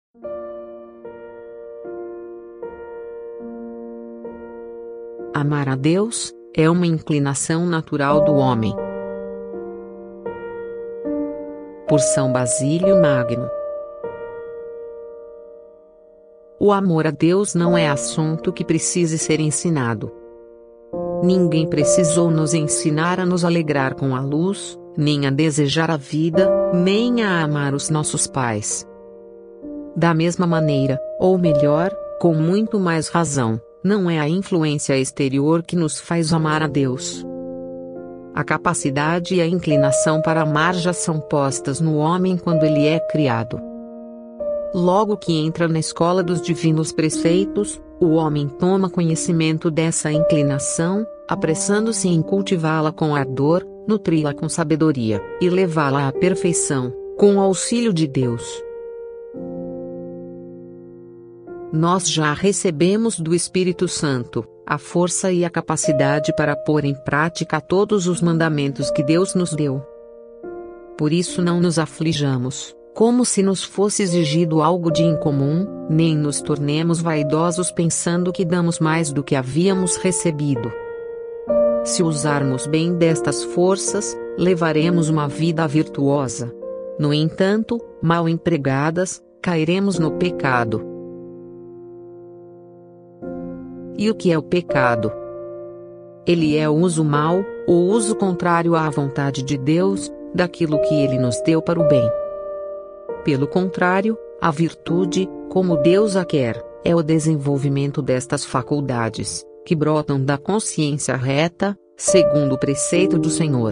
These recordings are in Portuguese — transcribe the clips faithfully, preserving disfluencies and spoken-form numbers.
Amar a Deus é uma inclinação natural do homem. Por São Basílio Magno. O amor a Deus não é assunto que precise ser ensinado. Ninguém precisou nos ensinar a nos alegrar com a luz, nem a desejar a vida, nem a amar os nossos pais. Da mesma maneira, ou melhor, com muito mais razão, não é a influência exterior que nos faz amar a Deus. A capacidade e a inclinação para amar já são postas no homem quando ele é criado. Logo que entra na escola dos divinos preceitos, o homem toma conhecimento dessa inclinação, apressando-se em cultivá-la com ardor, nutri-la com sabedoria, e levá-la à perfeição, com o auxílio de Deus. Nós já recebemos do Espírito Santo a força e a capacidade para pôr em prática todos os mandamentos que Deus nos deu. Por isso não nos aflijamos, como se nos fosse exigido algo de incomum, nem nos tornemos vaidosos pensando que damos mais do que havíamos recebido. Se usarmos bem destas forças, levaremos uma vida virtuosa. No entanto, mal empregadas, cairemos no pecado. E o que é o pecado? Ele é o uso mau, o uso contrário à vontade de Deus, daquilo que Ele nos deu para o bem. Pelo contrário, a virtude, como Deus a quer, é o desenvolvimento destas faculdades, que brotam da consciência reta, segundo o preceito do Senhor.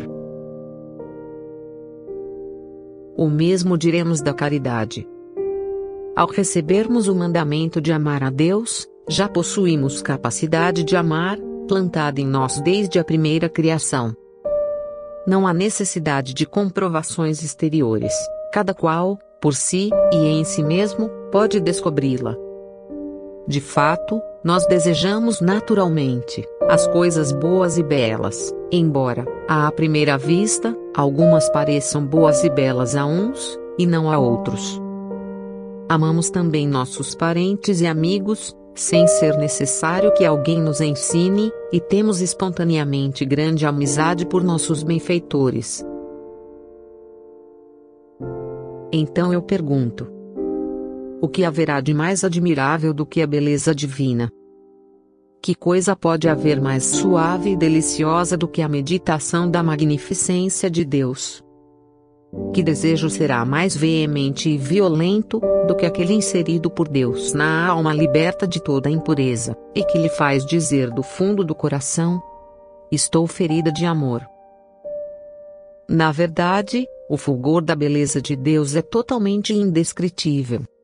O mesmo diremos da caridade. Ao recebermos o mandamento de amar a Deus, já possuímos capacidade de amar, plantada em nós desde a primeira criação. Não há necessidade de comprovações exteriores, cada qual, por si e em si mesmo, pode descobri-la. De fato, nós desejamos naturalmente as coisas boas e belas, embora, à primeira vista, algumas pareçam boas e belas a uns, e não a outros. Amamos também nossos parentes e amigos, sem ser necessário que alguém nos ensine, e temos espontaneamente grande amizade por nossos benfeitores. Então eu pergunto: o que haverá de mais admirável do que a beleza divina? Que coisa pode haver mais suave e deliciosa do que a meditação da magnificência de Deus? Que desejo será mais veemente e violento do que aquele inserido por Deus na alma liberta de toda impureza, e que lhe faz dizer do fundo do coração: estou ferida de amor? Na verdade, o fulgor da beleza de Deus é totalmente indescritível.